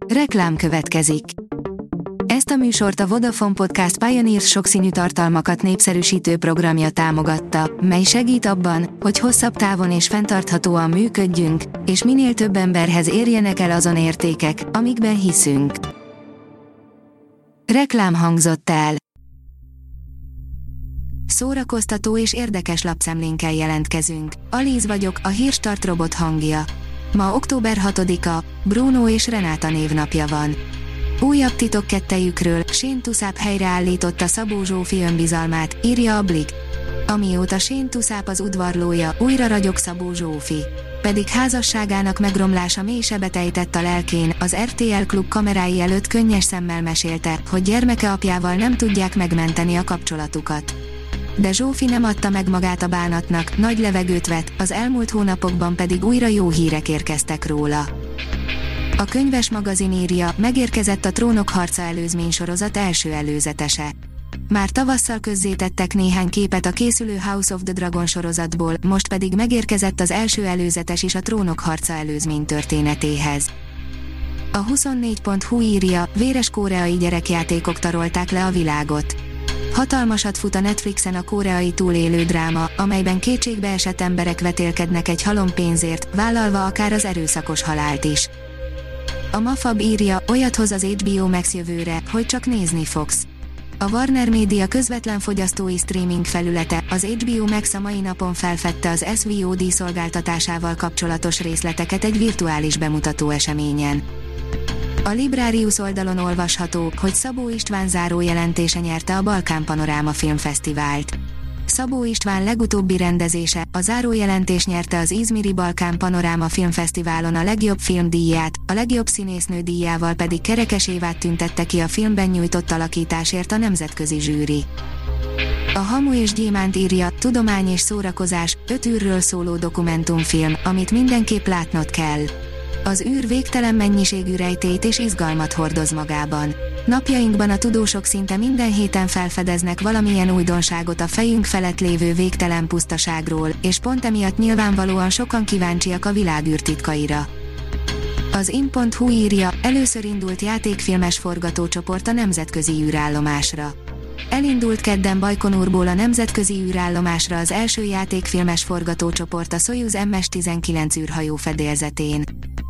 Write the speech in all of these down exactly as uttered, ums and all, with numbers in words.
Reklám következik. Ezt a műsort a Vodafone Podcast Pioneers sokszínű tartalmakat népszerűsítő programja támogatta, mely segít abban, hogy hosszabb távon és fenntarthatóan működjünk, és minél több emberhez érjenek el azon értékek, amikben hiszünk. Reklám hangzott el. Szórakoztató és érdekes lapszemlénkkel jelentkezünk. Alíz vagyok, a Hírstart robot hangja. Ma október hatodika, Bruno és Renáta névnapja van. Újabb titok kettejükről, Shane Tuszáp helyreállította Szabó Zsófi önbizalmát, írja a Blick. Amióta Shane Tuszáp az udvarlója, újra ragyog Szabó Zsófi. Pedig házasságának megromlása mély sebet ejtett a lelkén, az er té el Klub kamerái előtt könnyes szemmel mesélte, hogy gyermeke apjával nem tudják megmenteni a kapcsolatukat. De Zsófi nem adta meg magát a bánatnak, nagy levegőt vett, az elmúlt hónapokban pedig újra jó hírek érkeztek róla. A Könyves magazin írja, megérkezett a Trónok harca előzménysorozat első előzetese. Már tavasszal közzétettek néhány képet a készülő House of the Dragon sorozatból, most pedig megérkezett az első előzetes is a Trónok harca előzmény történetéhez. A huszonnégy pont hu írja, véres koreai gyerekjátékok tarolták le a világot. Hatalmasat fut a Netflixen a koreai túlélő dráma, amelyben kétségbeesett emberek vetélkednek egy halom pénzért, vállalva akár az erőszakos halált is. A Mafab írja, olyat hoz az há bé o Max jövőre, hogy csak nézni fogsz. A Warner Media közvetlen fogyasztói streaming felülete, az há bé o Max a mai napon felfedte az es vé o dé szolgáltatásával kapcsolatos részleteket egy virtuális bemutató eseményen. A Librarius oldalon olvasható, hogy Szabó István zárójelentése nyerte a Balkán Panoráma Filmfesztivált. Szabó István legutóbbi rendezése, a zárójelentés nyerte az Izmiri Balkán Panoráma Filmfesztiválon a legjobb film díját, a legjobb színésznő díjával pedig Kerekes Évát tüntette ki a filmben nyújtott alakításért a nemzetközi zsűri. A Hamu és Gyémánt írja, tudomány és szórakozás, öt űrről szóló dokumentumfilm, amit mindenképp látnod kell. Az űr végtelen mennyiségű rejtélyt és izgalmat hordoz magában. Napjainkban a tudósok szinte minden héten felfedeznek valamilyen újdonságot a fejünk felett lévő végtelen pusztaságról, és pont emiatt nyilvánvalóan sokan kíváncsiak a világűr titkaira. Az in pont hu írja, először indult játékfilmes forgatócsoport a nemzetközi űrállomásra. Elindult kedden Bajkonurból a nemzetközi űrállomásra az első játékfilmes forgatócsoport a Szojuz em es tizenkilenc űrhajó fedélzetén.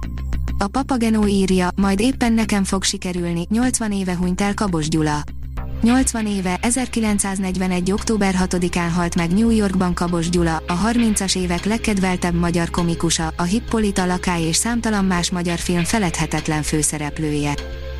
A Papageno írja, majd éppen nekem fog sikerülni, nyolcvan éve hunyt el Kabos Gyula. nyolcvan éve, ezerkilencszáznegyvenegy. október hatodikán halt meg New Yorkban Kabos Gyula, a harmincas évek legkedveltebb magyar komikusa, a Hippolyta Lakály és számtalan más magyar film feledhetetlen főszereplője.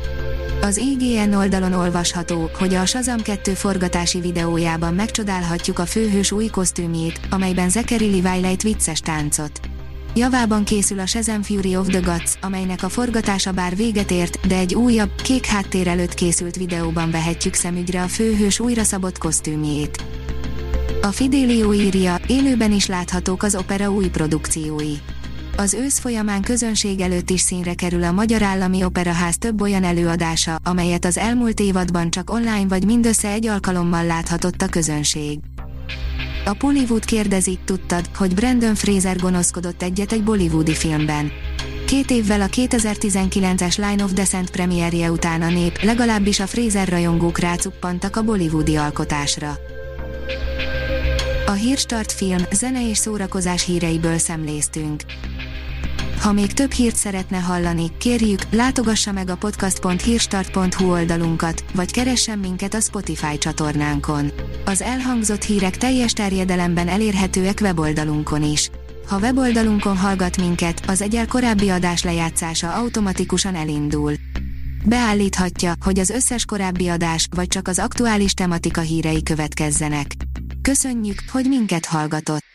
Az i gé en oldalon olvasható, hogy a Shazam kettő forgatási videójában megcsodálhatjuk a főhős új kosztümjét, amelyben Zachary Levi lejt vicces táncot. Javában készül a Shazam Fury of the Gods, amelynek a forgatása bár véget ért, de egy újabb, kék háttér előtt készült videóban vehetjük szemügyre a főhős újra szabott kosztümjét. A Fidelio írja, élőben is láthatók az opera új produkciói. Az ősz folyamán közönség előtt is színre kerül a Magyar Állami Operaház több olyan előadása, amelyet az elmúlt évadban csak online vagy mindössze egy alkalommal láthatott a közönség. A Pollywood kérdezi, tudtad, hogy Brendan Fraser gonoszkodott egyet egy bollywoodi filmben. Két évvel a kétezer-tizenkilences Line of Descent premierje után a nép, legalábbis a Fraser rajongók rácuppantak a bollywoodi alkotásra. A Hírstart film, zene és szórakozás híreiből szemléztünk. Ha még több hírt szeretne hallani, kérjük, látogassa meg a podcast pont hírstart pont hu oldalunkat, vagy keressen minket a Spotify csatornánkon. Az elhangzott hírek teljes terjedelemben elérhetőek weboldalunkon is. Ha weboldalunkon hallgat minket, az egyel korábbi adás lejátszása automatikusan elindul. Beállíthatja, hogy az összes korábbi adás, vagy csak az aktuális tematika hírei következzenek. Köszönjük, hogy minket hallgatott!